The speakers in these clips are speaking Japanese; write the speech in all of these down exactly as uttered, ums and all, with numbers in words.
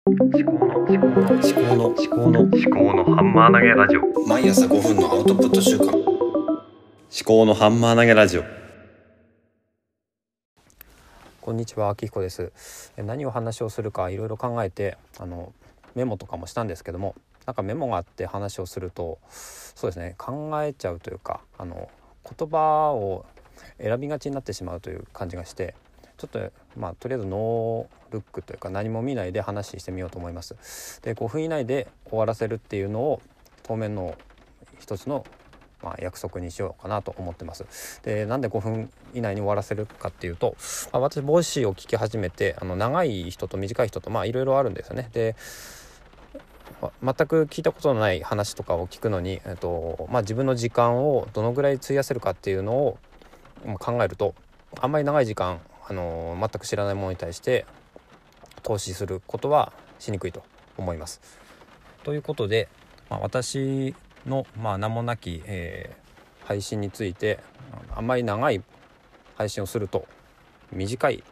思考の思考の思考の思考の思考のハンマー投げラジオ。 毎朝ごふんのアウトプット週間。 思考のハンマー投げラジオ。 こんにちは、あきひこです。何を話をするかいろいろ考えてあのメモとかもしたんですけども、なんかメモがあって話をするとそうですね考えちゃうというか、あの言葉を選びがちになってしまうという感じがして、ちょっとまあとりあえずノールックというか何も見ないで話してみようと思います。でごふん以内で終わらせるっていうのを当面の一つのまあ、約束にしようかなと思ってます。でなんでごふん以内に終わらせるかっていうと、まあ、私ボイシーを聞き始めて、あの長い人と短い人とまあいろいろあるんですよね。で、ま、全く聞いたことのない話とかを聞くのに、えっとまあ、自分の時間をどのぐらい費やせるかっていうのを考えると、あんまり長い時間、あの全く知らないものに対して投資することはしにくいと思います。ということで、まあ、私の、まあ、名もなき、えー、配信についてあんまり長い配信をすると短い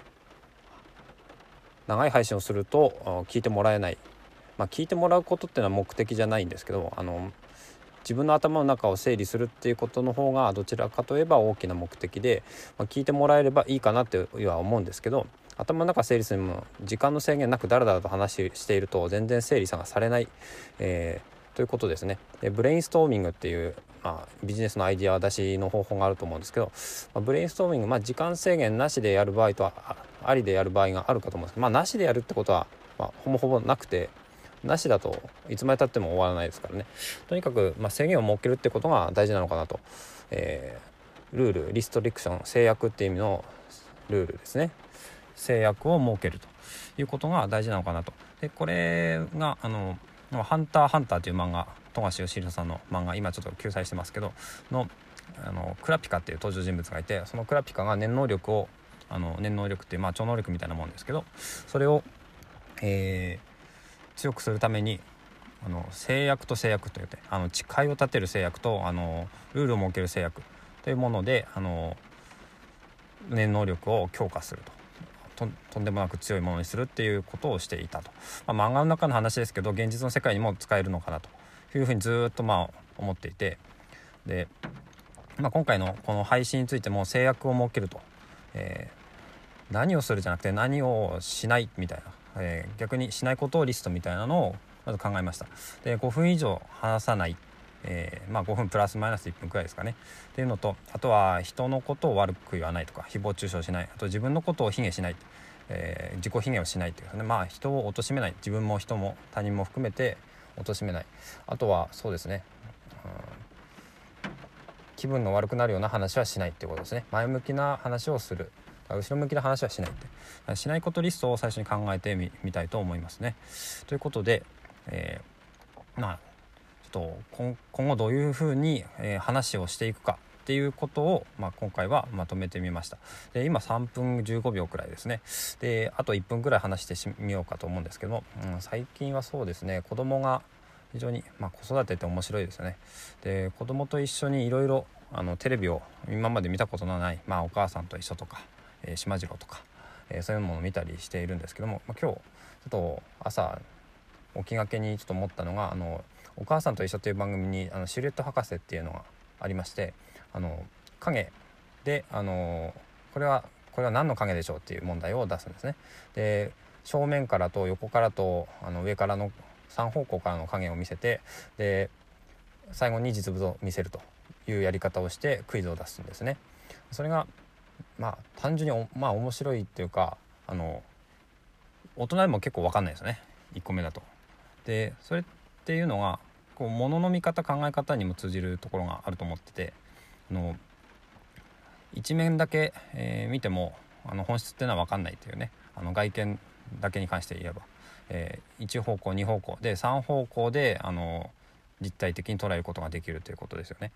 長い配信をすると聞いてもらえない、まあ、聞いてもらうことっていうのは目的じゃないんですけど、あの自分の頭の中を整理するっていうことの方がどちらかといえば大きな目的で、まあ、聞いてもらえればいいかなっては思うんですけど、頭の中整理するにも時間の制限なくだらだらと話していると全然整理さがされない、えーということですね。でブレインストーミングっていう、まあ、ビジネスのアイディア出しの方法があると思うんですけど、まあ、ブレインストーミング、まあ、時間制限なしでやる場合とあありでやる場合があるかと思うんですけど、まあ、なしでやるってことは、まあ、ほぼほぼなくて、なしだといつまでたっても終わらないですからね。とにかく、まあ、制限を設けるってことが大事なのかなと、えー、ルールリストリクション制約っていう意味のルールですね。制約を設けるということが大事なのかなと。でこれがあのハンターハンターという漫画、富樫義弘さんの漫画、今ちょっと救済してますけどの、あのクラピカっていう登場人物がいて、そのクラピカが念能力をあの念能力っていう、まあ、超能力みたいなもんですけど、それを、えー、強くするためにあの制約と制約というて、あの誓いを立てる制約とあのルールを設ける制約というもので、あの念能力を強化すると。と, とんでもなく強いものにするっていうことをしていたと、まあ、漫画の中の話ですけど現実の世界にも使えるのかなというふうにずっとまあ思っていて、で、まあ、今回のこの配信についても制約を設けると、えー、何をするじゃなくて何をしないみたいな、えー、逆にしないことをリストみたいなのをまず考えました。でごふん以上話さない、えーまあ、ごふんプラスマイナスいっぷんくらいですかねっていうのと、あとは人のことを悪く言わないとか誹謗中傷しない、あと自分のことを卑下しない、えー、自己卑下をしないというかね、まあ人を貶めない、自分も人も他人も含めて貶めない、あとはそうですね、うん、気分の悪くなるような話はしないっていうことですね。前向きな話をする、後ろ向きな話はしないってしないことリストを最初に考えて み, みたいと思いますね。ということで、えー、まあと今後どういうふうに、えー、話をしていくかっていうことを、まあ、今回はまとめてみました。で今さんぷんじゅうごびょうくらいですね。であといっぷんくらい話してみようかと思うんですけども、うん、最近はそうですね、子供が非常に、まあ、子育てって面白いですよね。で子供と一緒にいろいろテレビを今まで見たことのない、まあ、お母さんと一緒とか、えー、島次郎とか、えー、そういうものを見たりしているんですけども、まあ、今日ちょっと朝起きがけにちょっと思ったのが、あのお母さんと一緒という番組にあのシルエット博士っていうのがありまして、あの影であのこれはこれは何の影でしょうっていう問題を出すんですね。で正面からと横からとあの上からのさん方向からの影を見せて、で最後に実物を見せるというやり方をしてクイズを出すんですね。それがまあ単純にまあ面白いっていうか、あの大人でも結構分かんないですよね、いっこめだと。でそれっていうのがこう物の見方考え方にも通じるところがあると思ってて、あの一面だけ、えー、見てもあの本質っていうのは分かんないというね、あの外見だけに関して言えば、えー、いち方向に方向でさん方向であの実体的に捉えることができるということですよね。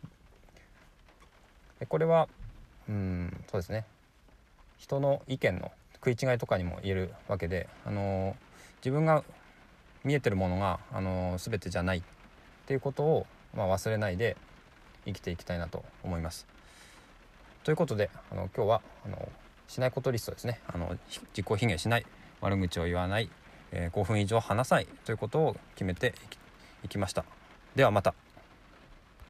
でこれはうんそうですね、人の意見の食い違いとかにも言えるわけで、あの自分が見えてるものがあの全てじゃないっていうことを、まあ、忘れないで生きていきたいなと思います。ということであの今日はあのしないことリストですね。あの自己卑下しない、悪口を言わない、 えー、ごふん以上話さないということを決めていきいきました。ではまた。